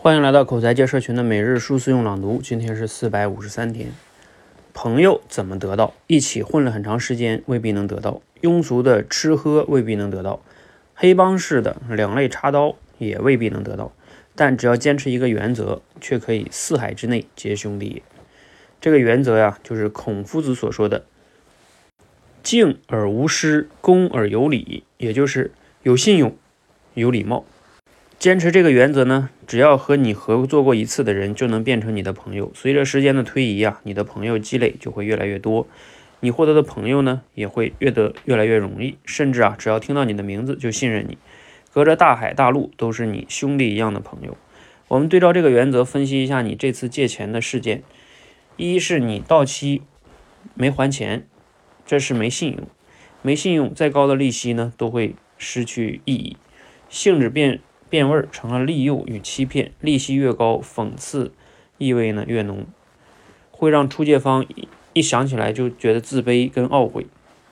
欢迎来到口才界社群的每日数字用朗读，今天是453天。朋友怎么得到？一起混了很长时间未必能得到，庸俗的吃喝未必能得到，黑帮式的两肋插刀也未必能得到，但只要坚持一个原则，却可以四海之内皆兄弟也。这个原则呀，就是孔夫子所说的敬而无失，恭而有礼，也就是有信用有礼貌。坚持这个原则呢，只要和你合作过一次的人就能变成你的朋友。随着时间的推移啊，你的朋友积累就会越来越多，你获得的朋友呢也会越来越容易，甚至只要听到你的名字就信任你，隔着大海大陆都是你兄弟一样的朋友。我们对照这个原则分析一下你这次借钱的事件。一是你到期没还钱，这是没信用，没信用再高的利息呢都会失去意义，性质变味成了利诱与欺骗，利息越高，讽刺意味呢越浓，会让出借方一想起来就觉得自卑跟懊悔。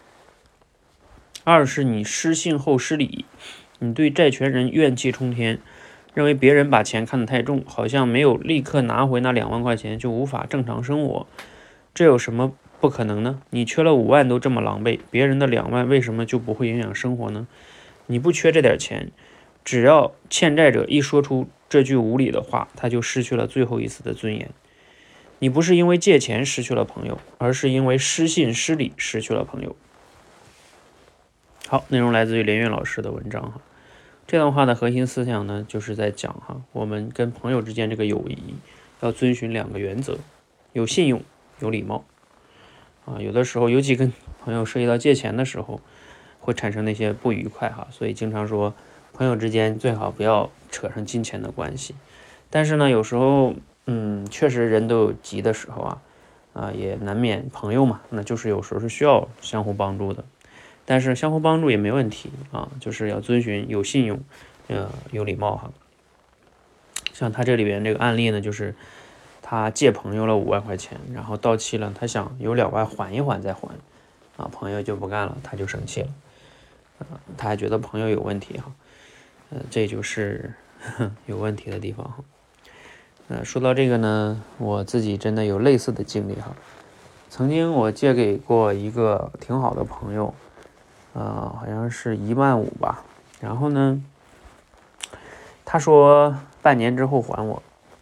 二是你失信后失礼，你对债权人怨气冲天，认为别人把钱看得太重，好像没有立刻拿回那2万块钱就无法正常生活，这有什么不可能呢？你缺了5万都这么狼狈，别人的2万为什么就不会影响生活呢？你不缺这点钱，只要欠债者一说出这句无理的话，他就失去了最后一丝的尊严。你不是因为借钱失去了朋友，而是因为失信失礼失去了朋友。好，内容来自于连岳老师的文章哈。这段话的核心思想呢，就是在讲我们跟朋友之间这个友谊要遵循2个原则，有信用有礼貌有的时候尤其跟朋友涉及到借钱的时候会产生那些不愉快所以经常说朋友之间最好不要扯上金钱的关系。但是呢有时候确实人都有急的时候也难免朋友嘛，那就是有时候是需要相互帮助的，但是相互帮助也没问题就是要遵循有信用有礼貌像他这里边这个案例呢，就是他借朋友了5万块钱，然后到期了，他想有2万缓一缓再还朋友就不干了，他就生气了他还觉得朋友有问题这就是有问题的地方说到这个呢，我自己真的有类似的经历曾经我借给过一个挺好的朋友好像是1万5吧，然后呢他说半年之后还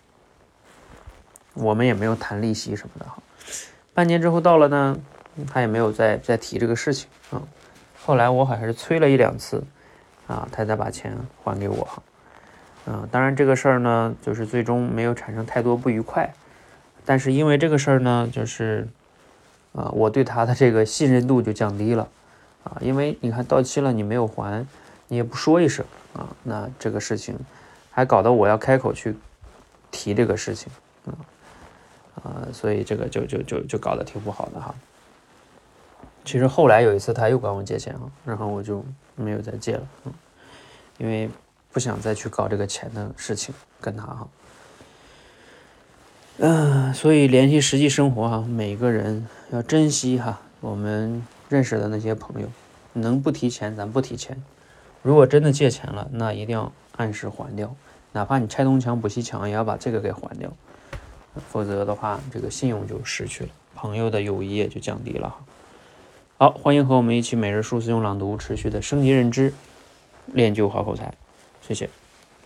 我们也没有谈利息什么的半年之后到了呢，他也没有再提这个事情后来我还是催了1-2次他才把钱还给我当然这个事儿呢就是最终没有产生太多不愉快，但是因为这个事儿呢就是我对他的这个信任度就降低了因为你看到期了你没有还，你也不说一声那这个事情还搞得我要开口去提这个事情所以这个就搞得挺不好的其实后来有一次他又管我借钱然后我就没有再借了因为不想再去搞这个钱的事情跟他所以联系实际生活每个人要珍惜我们认识的那些朋友，能不提钱咱不提钱，如果真的借钱了，那一定要按时还掉，哪怕你拆东墙补西墙也要把这个给还掉，否则的话这个信用就失去了，朋友的友谊也就降低了好，欢迎和我们一起每日数字用朗读持续的升级认知，练就好口才，谢谢。